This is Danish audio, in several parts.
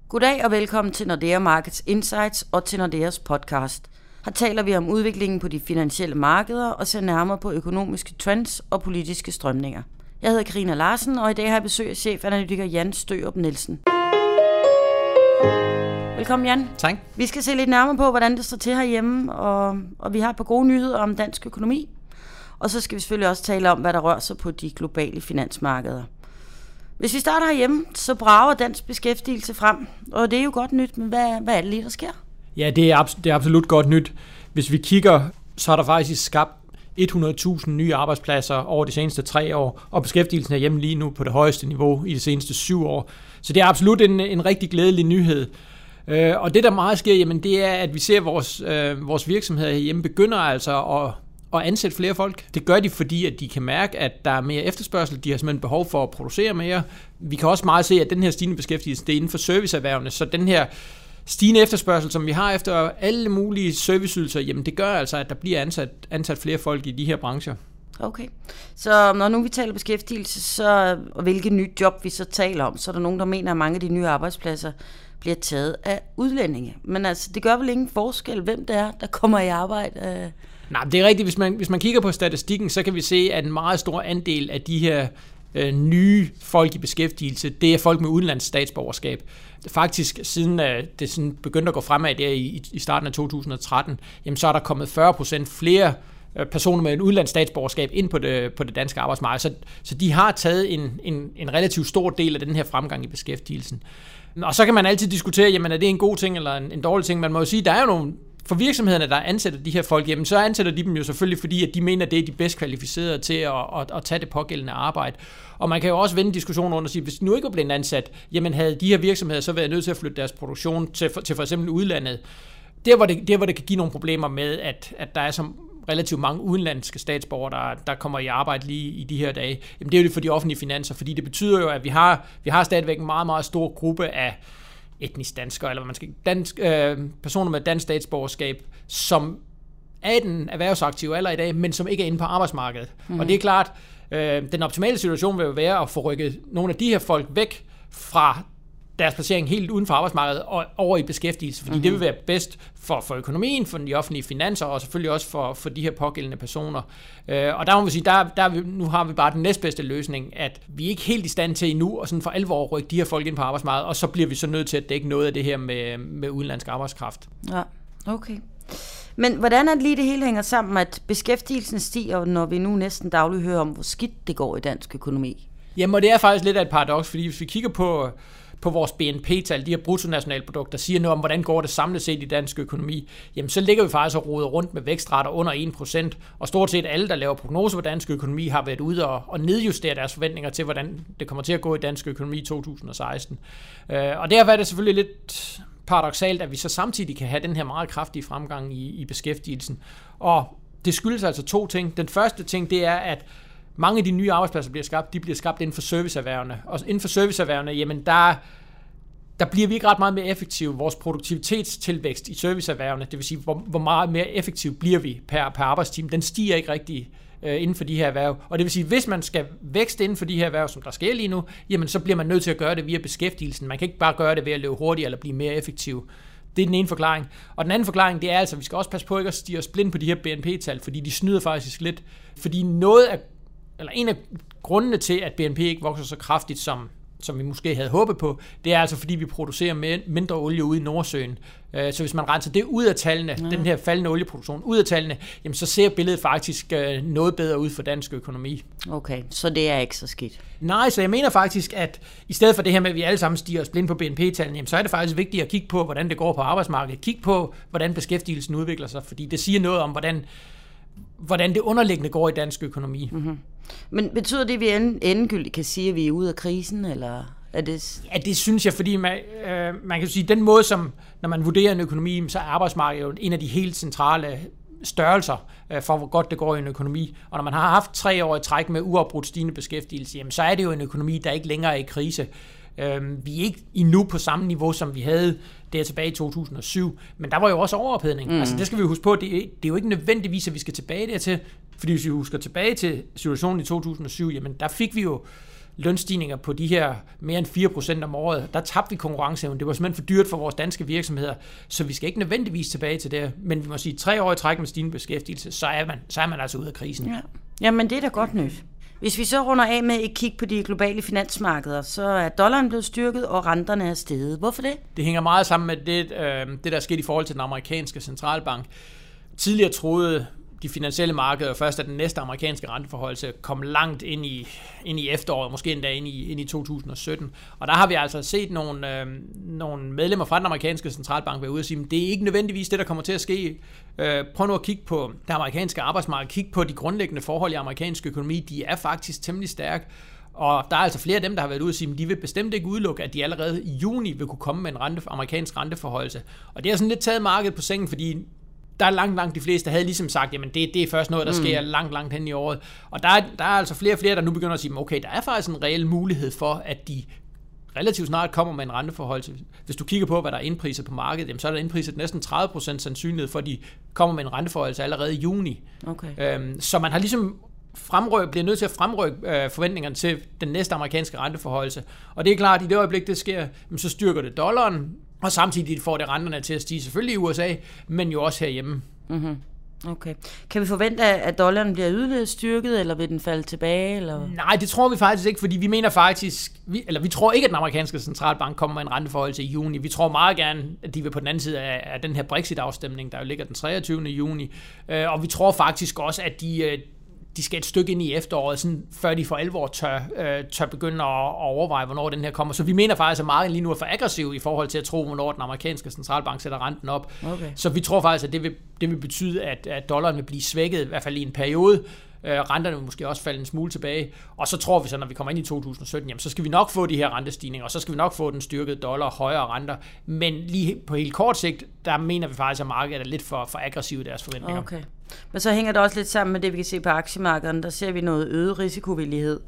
Goddag og velkommen til Nordea Markets Insights og til Nordeas podcast. Her taler vi om udviklingen på de finansielle markeder og ser nærmere på økonomiske trends og politiske strømninger. Jeg hedder Karina Larsen, og i dag har jeg besøg af chefanalytiker Jan Størup Nielsen. Velkommen, Jan. Tak. Vi skal se lidt nærmere på, hvordan det står til herhjemme, og vi har et par gode nyheder om dansk økonomi. Og så skal vi selvfølgelig også tale om, hvad der rører sig på de globale finansmarkeder. Hvis vi starter herhjemme, så brager dansk beskæftigelse frem, og det er jo godt nyt, men hvad er det lige, der sker? Ja, det er absolut godt nyt. Hvis vi kigger, så er der faktisk skabt 100.000 nye arbejdspladser over de seneste 3 år, og beskæftigelsen er hjemme lige nu på det højeste niveau i de seneste 7 år. Så det er absolut en rigtig glædelig nyhed. Og det, der meget sker, jamen, det er, at vi ser vores virksomheder herhjemme begynder altså at ansætte flere folk. Det gør de, fordi at de kan mærke, at der er mere efterspørgsel. De har simpelthen behov for at producere mere. Vi kan også meget se, at den her stigende beskæftigelse, det er inden for serviceerhvervene. Så den her stigende efterspørgsel, som vi har efter alle mulige serviceydelser, jamen det gør altså, at der bliver ansat flere folk i de her brancher. Okay, så når nu vi taler beskæftigelse, og hvilke nye job vi så taler om, så er der nogen, der mener, at mange af de nye arbejdspladser bliver taget af udlændinge. Men altså, det gør vel ingen forskel, hvem det er, der kommer i arbejde? Nej, det er rigtigt. Hvis man kigger på statistikken, så kan vi se, at en meget stor andel af de her nye folk i beskæftigelse, det er folk med udenlandsk statsborgerskab. Faktisk, siden det sådan begyndte at gå fremad der i starten af 2013, jamen, så er der kommet 40% flere personer med en udenlandsk statsborgerskab ind på det danske arbejdsmarked. Så de har taget en relativt stor del af den her fremgang i beskæftigelsen. Og så kan man altid diskutere, jamen er det en god ting eller en dårlig ting? Man må jo sige, der er jo nogle for virksomhederne, der ansætter de her folk, jamen så ansætter de dem jo selvfølgelig, fordi at de mener, at det er de bedst kvalificerede til at tage det pågældende arbejde. Og man kan jo også vende diskussionen under og sige, hvis de nu ikke var blevet ansat, jamen havde de her virksomheder så været nødt til at flytte deres produktion til for eksempel udlandet. Der hvor det kan give nogle problemer med, at der er så relativt mange udenlandske statsborgere, der kommer i arbejde lige i de her dage, jamen det er jo det for de offentlige finanser, fordi det betyder jo, at vi har stadigvæk en meget, meget stor gruppe af etnisk danskere, eller hvad man skal personer med dansk statsborgerskab, som er i den erhvervsaktive alder i dag, men som ikke er inde på arbejdsmarkedet. Mm. Og det er klart, den optimale situation vil jo være at få rykket nogle af de her folk væk fra deres placering helt uden for arbejdsmarkedet og over i beskæftigelse, fordi det vil være bedst for økonomien, for de offentlige finanser og selvfølgelig også for de her pågældende personer. Og der må vi sige, nu har vi bare den næstbedste løsning, at vi ikke helt i stand til endnu og sådan for alvor rykke de her folk ind på arbejdsmarkedet, og så bliver vi så nødt til at dække noget af det her med udenlandsk arbejdskraft. Ja, okay. Men hvordan er det lige det hele hænger sammen, at beskæftigelsen stiger, når vi nu næsten dagligt hører om, hvor skidt det går i dansk økonomi? Jamen, og det er faktisk lidt af et paradoks, fordi hvis vi kigger på vores BNP-tal, de her bruttonationalprodukter, siger noget om, hvordan går det samlet set i dansk økonomi, jamen så ligger vi faktisk og roder rundt med vækstrater under 1%, og stort set alle, der laver prognoser på dansk økonomi, har været ude og nedjustere deres forventninger til, hvordan det kommer til at gå i dansk økonomi i 2016. Og derfor er det selvfølgelig lidt paradoksalt, at vi så samtidig kan have den her meget kraftige fremgang i beskæftigelsen. Og det skyldes altså 2 ting. Den første ting, det er, at mange af de nye arbejdspladser bliver skabt inden for serviceerhvervene. Og inden for serviceerhvervene, jamen der bliver vi ikke ret meget mere effektive. Vores produktivitetstilvækst i serviceerhvervene, det vil sige, hvor meget mere effektiv bliver vi per arbejdstime, den stiger ikke rigtig inden for de her erhverv. Og det vil sige, hvis man skal vækste inden for de her erhverv, som der sker lige nu, jamen så bliver man nødt til at gøre det via beskæftigelsen. Man kan ikke bare gøre det ved at løbe hurtigere eller blive mere effektiv. Det er den ene forklaring. Og den anden forklaring, det er altså, at vi skal også passe på ikke at stige os blind på de her BNP-tal, fordi de snyder faktisk lidt. Fordi en af grundene til, at BNP ikke vokser så kraftigt, som vi måske havde håbet på, det er altså, fordi vi producerer mindre olie ude i Nordsøen. Så hvis man renser det ud af tallene, den her faldende olieproduktion ud af tallene, jamen så ser billedet faktisk noget bedre ud for dansk økonomi. Okay, så det er ikke så skidt? Nej, så jeg mener faktisk, at i stedet for det her med, at vi alle sammen stiger os blind på BNP-tallene, jamen så er det faktisk vigtigt at kigge på, hvordan det går på arbejdsmarkedet. Kigge på, hvordan beskæftigelsen udvikler sig, fordi det siger noget om, hvordan det underliggende går i dansk økonomi. Mm-hmm. Men betyder det, at vi endegyldigt kan sige, at vi er ude af krisen, eller er det... Ja, det synes jeg, fordi man kan sige, den måde, som når man vurderer en økonomi, så er arbejdsmarkedet jo en af de helt centrale størrelser for, hvor godt det går i en økonomi. Og når man har haft 3 år i træk med uafbrudt stigende beskæftigelse, jamen, så er det jo en økonomi, der ikke længere er i krise. Vi er ikke endnu på samme niveau, som vi havde der tilbage i 2007, men der var jo også overophedning. Altså det skal vi jo huske på, det er jo ikke nødvendigvis, at vi skal tilbage dertil, fordi hvis vi husker tilbage til situationen i 2007, jamen der fik vi jo lønstigninger på de her mere end 4% om året, der tabte vi konkurrenceevnen. Det var simpelthen for dyrt for vores danske virksomheder, så vi skal ikke nødvendigvis tilbage til det. Men vi må sige, 3 år i træk med stigende beskæftigelse, så er man altså ude af krisen. Ja. Jamen, det er da godt nyt. Hvis vi så runder af med et kig på de globale finansmarkeder, så er dollaren blevet styrket, og renterne er steget. Hvorfor det? Det hænger meget sammen med det der er sket i forhold til den amerikanske centralbank. Tidligere troede de finansielle markeder først, at den næste amerikanske renteforhøjelse kom langt ind i efteråret, måske endda ind i 2017. Og der har vi altså set nogle medlemmer fra den amerikanske centralbank være ude og sige, at det er ikke nødvendigvis det, der kommer til at ske. Prøv nu at kigge på det amerikanske arbejdsmarked, kig på de grundlæggende forhold i amerikansk økonomi, de er faktisk temmelig stærke. Og der er altså flere af dem, der har været ude og sige, at de vil bestemt ikke udelukke, at de allerede i juni vil kunne komme med en amerikansk renteforhøjelse. Og det har sådan lidt taget markedet på sengen, fordi der er langt de fleste, der havde ligesom sagt, jamen det er først noget, der sker langt hen i året. Og der er altså flere og flere, der nu begynder at sige, okay, der er faktisk en reel mulighed for, at de relativt snart kommer med en renteforhøjelse. Hvis du kigger på, hvad der er indpriset på markedet, jamen, så er der indpriset næsten 30% sandsynlighed for, at de kommer med en renteforhøjelse allerede i juni. Okay. Så man har ligesom bliver nødt til at fremrykke forventningerne til den næste amerikanske renteforhøjelse. Og det er klart, at i det øjeblik, det sker, så styrker det dollaren, og samtidig får det renterne til at stige selvfølgelig i USA, men jo også herhjemme. Mm-hmm. Okay. Kan vi forvente, at dollaren bliver yderligere styrket, eller vil den falde tilbage? Eller? Nej, det tror vi faktisk ikke, fordi vi mener faktisk, vi tror ikke, at den amerikanske centralbank kommer med en renteforhøjelse i juni. Vi tror meget gerne, at de vil på den anden side af den her Brexit-afstemning, der jo ligger den 23. juni. Og vi tror faktisk også, at de skal et stykke ind i efteråret, sådan, før de for alvor tør begynde at overveje, hvornår den her kommer. Så vi mener faktisk, at markedet lige nu er for aggressiv i forhold til at tro, hvornår den amerikanske centralbank sætter renten op. Okay. Så vi tror faktisk, at det vil betyde, at dollaren vil blive svækket, i hvert fald i en periode. Renterne vil måske også falde en smule tilbage. Og så tror vi så, når vi kommer ind i 2017, jamen, så skal vi nok få de her rentestigninger, og så skal vi nok få den styrkede dollar og højere renter. Men lige på helt kort sigt, der mener vi faktisk, at markedet er lidt for aggressiv i deres forventninger. Okay. Men så hænger det også lidt sammen med det, vi kan se på aktiemarkederne. Der ser vi noget øget risikovillighed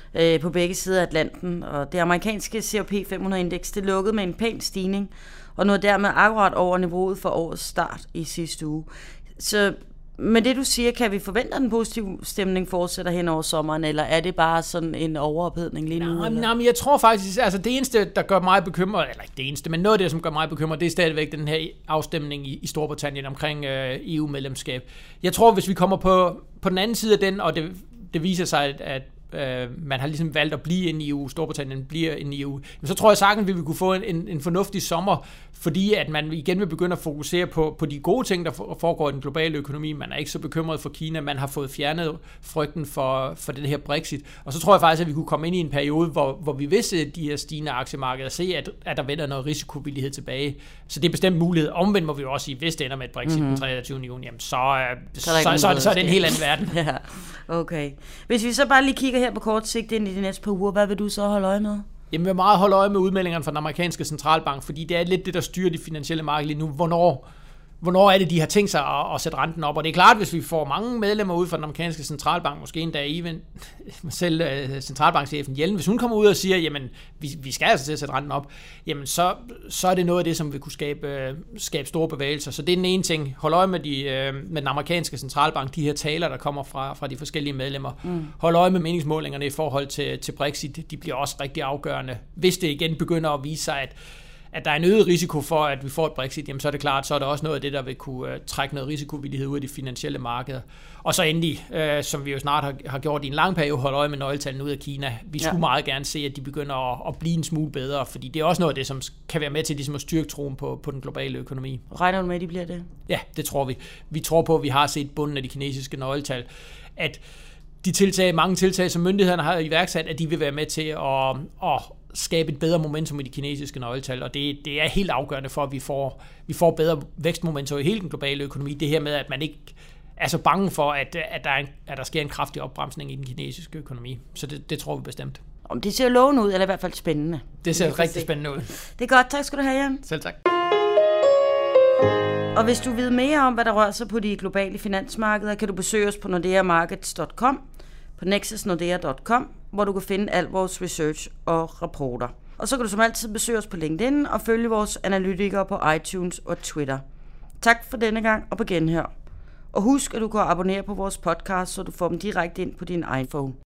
på begge sider af Atlanten. Og det amerikanske C&P 500-indeks, det lukkede med en pæn stigning, og nåede dermed akkurat over niveauet for årets start i sidste uge. Så med det, du siger, kan vi forvente, at den positive stemning fortsætter hen over sommeren, eller er det bare sådan en overophedning lige nu? Nej, men jeg tror faktisk, altså det eneste, der gør mig bekymret, eller ikke det eneste, men noget af det, som gør mig bekymret, det er stadigvæk den her afstemning i Storbritannien omkring EU-medlemskab. Jeg tror, hvis vi kommer på den anden side af den, og det viser sig, at man har ligesom valgt at blive inde i EU, Storbritannien bliver inde i EU, så tror jeg sagtens, at vi vil kunne få en fornuftig sommer, fordi at man igen vil begynde at fokusere på de gode ting, der foregår i den globale økonomi. Man er ikke så bekymret for Kina, man har fået fjernet frygten for det her Brexit, og så tror jeg faktisk, at vi kunne komme ind i en periode, hvor vi vil se de her stigende aktiemarkeder, se, at der vender noget risikovillighed tilbage. Så det er bestemt mulighed. Omvendt må vi jo også sige, hvis det ender med et Brexit den 23. juni, jamen, så er det en helt anden verden. Ja, okay. Hvis vi så bare lige kigger her på kort sigt ind i de næste par uger, hvad vil du så holde øje med? Jamen, jeg vil meget holde øje med udmeldingerne fra den amerikanske centralbank, fordi det er lidt det, der styrer de finansielle marked lige nu. Hvornår er det, de har tænkt sig at sætte renten op? Og det er klart, hvis vi får mange medlemmer ud fra den amerikanske centralbank, måske endda selv centralbankchefen Yellen, hvis hun kommer ud og siger, jamen, vi skal altså til at sætte renten op, jamen, så er det noget af det, som vil kunne skabe store bevægelser. Så det er den ene ting. Hold øje med den amerikanske centralbank, de her taler, der kommer fra de forskellige medlemmer. Hold øje med meningsmålingerne i forhold til Brexit. De bliver også rigtig afgørende. Hvis det igen begynder at vise sig, at der er en øget risiko for, at vi får et Brexit, jamen så er det klart, så er der også noget af det, der vil kunne trække noget risikovillighed ud af de finansielle markeder. Og så endelig, som vi jo snart har gjort i en lang periode, holde øje med nøgletallene ud af Kina. Vi skulle meget gerne se, at de begynder at blive en smule bedre, fordi det er også noget af det, som kan være med til ligesom at styrke troen på den globale økonomi. Regner du med, at de bliver det? Ja, det tror vi. Vi tror på, at vi har set bunden af de kinesiske nøgletal, at mange tiltag, som myndighederne har iværksat, at de vil være med til at skabe et bedre momentum i de kinesiske nøgletal, og det er helt afgørende for, at vi får bedre vækstmomentum i hele den globale økonomi. Det her med, at man ikke er så bange for, at der sker en kraftig opbremsning i den kinesiske økonomi. Så det tror vi bestemt. Om det ser lovende ud, eller i hvert fald spændende. Det ser rigtig spændende ud. Det er godt. Tak skal du have, Jan. Selv tak. Og hvis du ved mere om, hvad der rører sig på de globale finansmarkeder, kan du besøge os på nordeamarkets.com, på nexusnordea.com, hvor du kan finde al vores research og rapporter. Og så kan du som altid besøge os på LinkedIn og følge vores analytikere på iTunes og Twitter. Tak for denne gang, og på genhør. Og husk, at du kan abonnere på vores podcast, så du får dem direkte ind på din iPhone.